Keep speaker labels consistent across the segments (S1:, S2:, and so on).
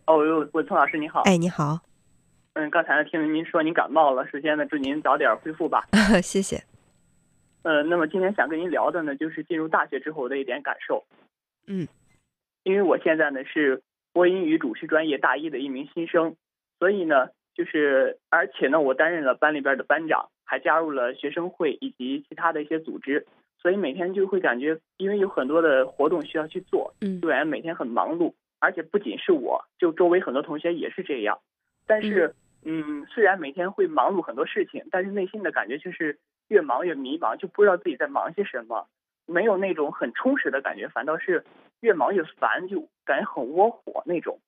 S1: 哦，文聪老师你好。
S2: 哎，你好。
S1: 刚才听您说您感冒了，首先呢，祝您早点恢复吧。
S2: 谢谢。
S1: 那么今天想跟您聊的呢，就是进入大学之后的一点感受。
S2: 嗯。
S1: 因为我现在呢是播音与主持专业大一的一名新生，所以呢，而且呢，我担任了班里边的班长，还加入了学生会以及其他的一些组织，所以每天就会感觉，因为有很多的活动需要去做，就感觉每天很忙碌。而且不仅是我，就周围很多同学也是这样。但是，虽然每天会忙碌很多事情，但是内心的感觉就是越忙越迷茫，就不知道自己在忙些什么，没有那种很充实的感觉，反倒是越忙越烦，就感觉很窝火那种。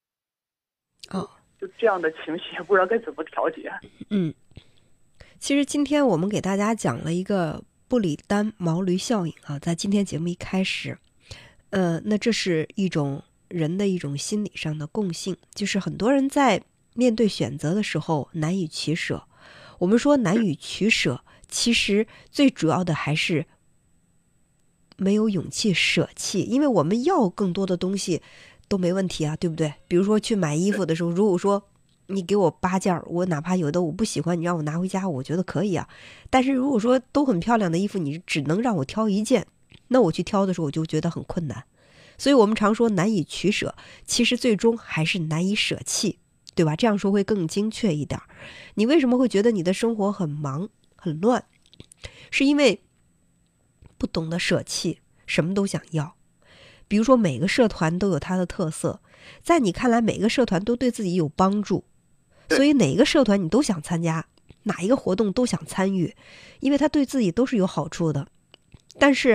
S1: 就这样的情绪，也不知道该怎么调节。
S2: 其实今天我们给大家讲了一个布里丹毛驴效应啊，在今天节目一开始，那这是一种人的一种心理上的共性，就是很多人在面对选择的时候难以取舍。我们说难以取舍，其实最主要的还是没有勇气舍弃，因为我们要更多的东西都没问题啊，对不对？比如说去买衣服的时候，如果说你给我8件，我哪怕有的我不喜欢，你让我拿回家，我觉得可以啊。但是如果说都很漂亮的衣服，你只能让我挑1件，那我去挑的时候我就觉得很困难。所以我们常说难以取舍，其实最终还是难以舍弃，对吧？这样说会更精确一点。你为什么会觉得你的生活很忙很乱？是因为不懂得舍弃，什么都想要。比如说每个社团都有它的特色，在你看来每个社团都对自己有帮助，所以哪个社团你都想参加，哪一个活动都想参与，因为它对自己都是有好处的。但是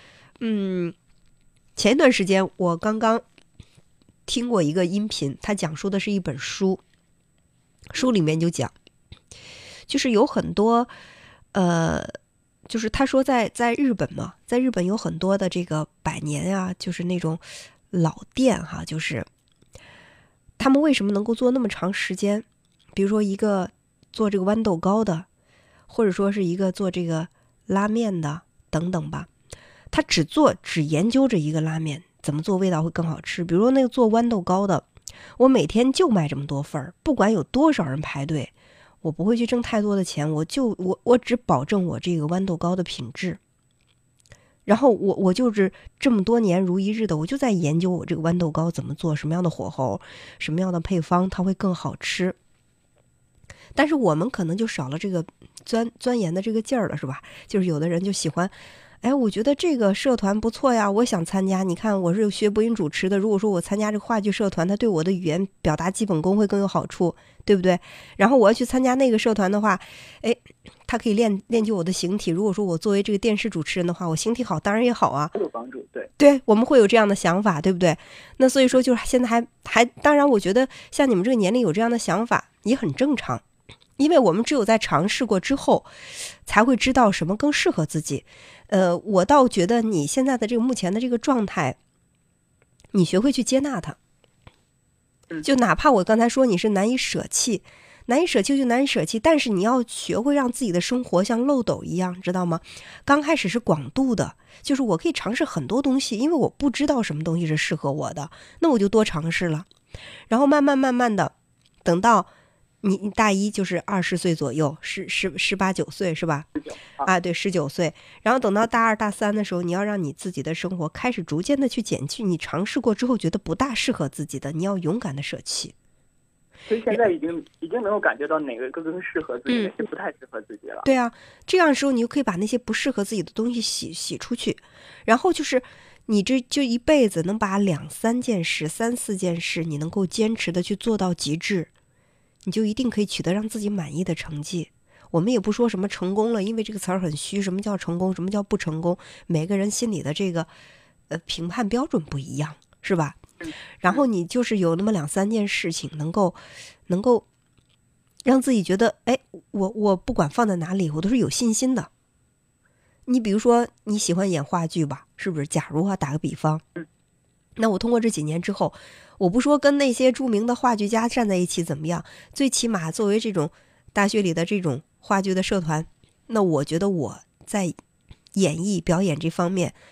S2: 前一段时间我刚刚听过一个音频，它讲述的是一本书，书里面就讲，就是有很多就是他说在日本嘛，在日本有很多的这个100年啊，就是那种老店哈，就是他们为什么能够做那么长时间？比如说一个做这个豌豆糕的，或者说是一个做这个拉面的等等吧，他只研究这一个拉面怎么做味道会更好吃。比如说那个做豌豆糕的，我每天就卖这么多份，不管有多少人排队，我不会去挣太多的钱，我只保证我这个豌豆糕的品质。然后我就是这么多年如一日的，我就在研究我这个豌豆糕怎么做，什么样的火候，什么样的配方它会更好吃。但是我们可能就少了这个钻研的这个劲儿了，是吧？就是有的人就喜欢，哎，我觉得这个社团不错呀，我想参加。你看我是学播音主持的，如果说我参加这个话剧社团，它对我的语言表达基本功会更有好处，对不对？然后我要去参加那个社团的话，哎，它可以练就我的形体。如果说我作为这个电视主持人的话，我形体好当然也好啊，
S1: 有帮助。
S2: 对，我们会有这样的想法，对不对？那所以说就是现在还当然我觉得像你们这个年龄有这样的想法也很正常，因为我们只有在尝试过之后才会知道什么更适合自己。我倒觉得你现在的这个目前的这个状态，你学会去接纳它，就哪怕我刚才说你是难以舍弃就难以舍弃，但是你要学会让自己的生活像漏斗一样，知道吗？刚开始是广度的，就是我可以尝试很多东西，因为我不知道什么东西是适合我的，那我就多尝试了。然后慢慢的，等到你大一就是20岁左右，18、19岁是吧？啊，对，19岁。然后等到大2、大3的时候，你要让你自己的生活开始逐渐的去减去你尝试过之后觉得不大适合自己的，你要勇敢的舍弃。
S1: 所以现在已经能够感觉到哪个更适合自己，哪些不太适合自己了。
S2: 对啊，这样的时候你就可以把那些不适合自己的东西洗出去，然后就是你这就一辈子能把2、3件事、3、4件事，你能够坚持的去做到极致，你就一定可以取得让自己满意的成绩。我们也不说什么成功了，因为这个词儿很虚，什么叫成功，什么叫不成功，每个人心里的这个评判标准不一样，是吧？然后你就是有那么2、3件事情能够让自己觉得，哎，我不管放在哪里，我都是有信心的。你比如说你喜欢演话剧吧，是不是？假如打个比方，那我通过这几年之后，我不说跟那些著名的话剧家站在一起怎么样，最起码作为这种大学里的这种话剧的社团，那我觉得我在演绎表演这方面，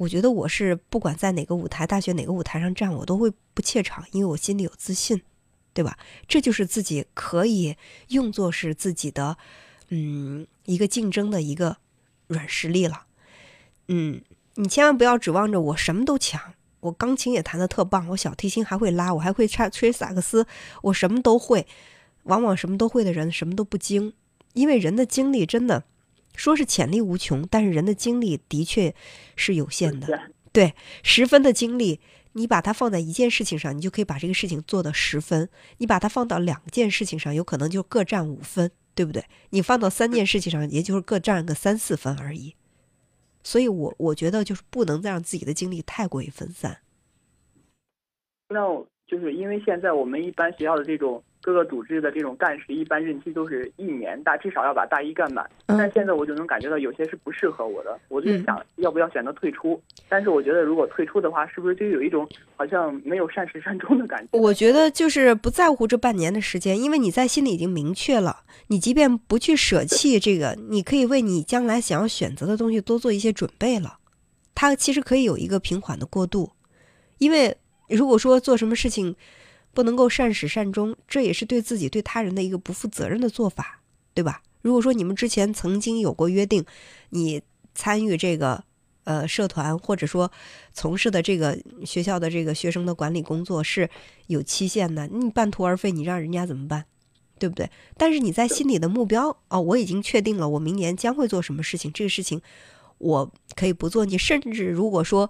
S2: 我觉得我是不管在哪个舞台，大学哪个舞台上站，我都会不怯场，因为我心里有自信，对吧？这就是自己可以用作是自己的一个竞争的一个软实力了。你千万不要指望着我什么都强，我钢琴也弹得特棒，我小提琴还会拉，我还会吹萨克斯，我什么都会。往往什么都会的人什么都不精，因为人的精力真的说是潜力无穷，但是人的精力的确是有限的。对，10分的精力，你把它放在一件事情上，你就可以把这个事情做到10分；你把它放到2件事情上，有可能就各占5分，对不对？你放到3件事情上，也就是各占个3、4分而已。所以我觉得就是不能再让自己的精力太过于分散。
S1: 那就是因为现在我们一般学校的这种各个组织的这种干事，一般任期都是1年，至少要把大一干满。但现在我就能感觉到有些是不适合我的，我就想要不要选择退出。但是我觉得如果退出的话，是不是就有一种好像没有善始善终的感觉？
S2: 我觉得就是不在乎这半年的时间，因为你在心里已经明确了，你即便不去舍弃这个，你可以为你将来想要选择的东西多做一些准备了。它其实可以有一个平缓的过渡，因为如果说做什么事情不能够善始善终，这也是对自己对他人的一个不负责任的做法，对吧？如果说你们之前曾经有过约定，你参与这个社团，或者说从事的这个学校的这个学生的管理工作是有期限的，你半途而废，你让人家怎么办？对不对？但是你在心里的目标我已经确定了，我明年将会做什么事情，这个事情我可以不做。你甚至如果说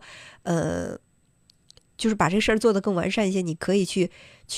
S2: 就是把这个事儿做得更完善一些，你可以去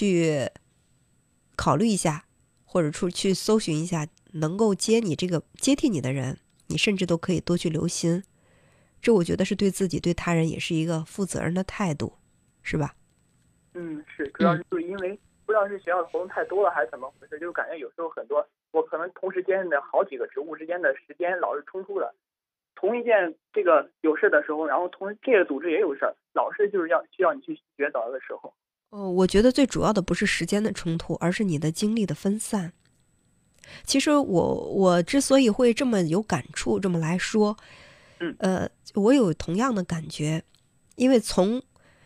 S2: 考虑一下，或者去搜寻一下能够接替你的人，你甚至都可以多去留心。这我觉得是对自己对他人也是一个负责任的态度，是吧？
S1: 是，主要是就是因为不知道是学校的活动太多了还是怎么回事，就是感觉有时候很多我可能同时间的好几个职务之间的时间老是冲突的。同一件这个有事的时候，然后同时这个组织也有事，老是就是需要你去抉择的时候。
S2: 我觉得最主要的不是时间的冲突，而是你的精力的分散。其实我之所以会这么有感触，这么来说，我有同样的感觉，因为从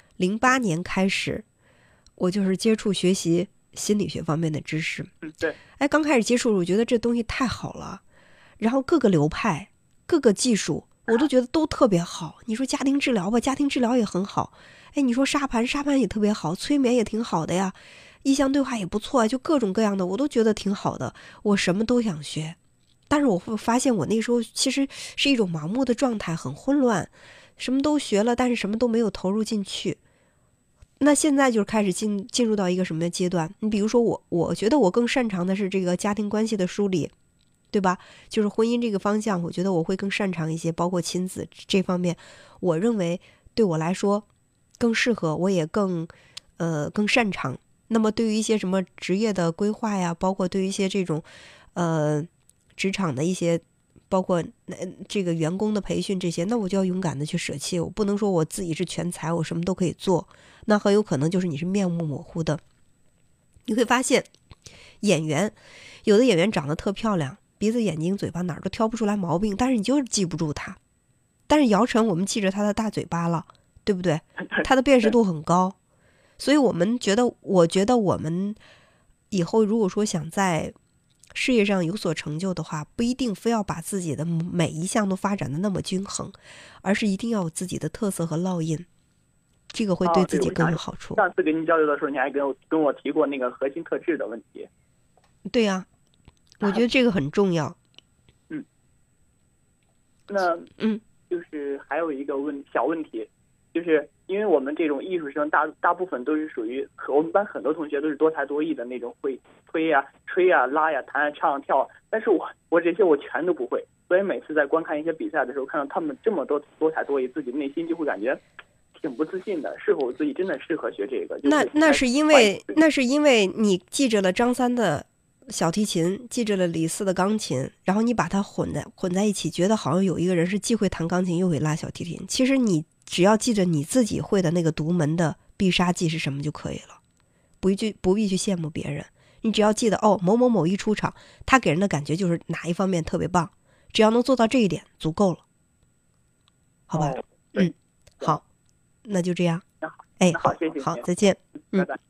S2: 08年开始，我就是接触学习心理学方面的知识。
S1: 对。
S2: 刚开始接触，我觉得这东西太好了，然后各个流派、各个技术，我都觉得都特别好。你说家庭治疗吧，家庭治疗也很好。你说沙盘也特别好，催眠也挺好的呀，意向对话也不错，就各种各样的，我都觉得挺好的。我什么都想学，但是我会发现我那时候其实是一种盲目的状态，很混乱，什么都学了，但是什么都没有投入进去。那现在就是开始进入到一个什么阶段？你比如说我觉得我更擅长的是这个家庭关系的梳理，对吧？就是婚姻这个方向，我觉得我会更擅长一些，包括亲子这方面，我认为对我来说更适合，我也更擅长。那么对于一些什么职业的规划呀，包括对于一些这种职场的一些，包括这个员工的培训这些，那我就要勇敢的去舍弃。我不能说我自己是全才，我什么都可以做，那很有可能就是你是面目模糊的。你会发现有的演员长得特漂亮，鼻子眼睛嘴巴哪儿都挑不出来毛病，但是你就是记不住他。但是姚晨我们记着他的大嘴巴了，对不对？他的辨识度很高。所以我觉得我们以后如果说想在事业上有所成就的话，不一定非要把自己的每一项都发展的那么均衡，而是一定要有自己的特色和烙印，这个会对自己更有好处。
S1: 上次跟您交流的时候，你还跟我提过那个核心特质的问题。
S2: 对呀，我觉得这个很重要。
S1: 那就是还有一个小问题，就是因为我们这种艺术生大部分都是属于我们班很多同学都是多才多艺的那种，会吹呀、拉呀、弹呀、唱跳，但是我这些我全都不会，所以每次在观看一些比赛的时候，看到他们这么多才多艺，自己内心就会感觉挺不自信的，是否自己真的适合学这个？
S2: 那是因为你记着了张三的小提琴，记着了李四的钢琴，然后你把它混在一起，觉得好像有一个人是既会弹钢琴又会拉小提琴。其实你只要记着你自己会的那个独门的必杀技是什么就可以了，不必去羡慕别人。你只要记得某某某一出场，他给人的感觉就是哪一方面特别棒，只要能做到这一点足够了，好吧？ 好，那就这样。
S1: 那好，
S2: 哎，
S1: 那好，谢谢，
S2: 好，再见。
S1: 拜拜。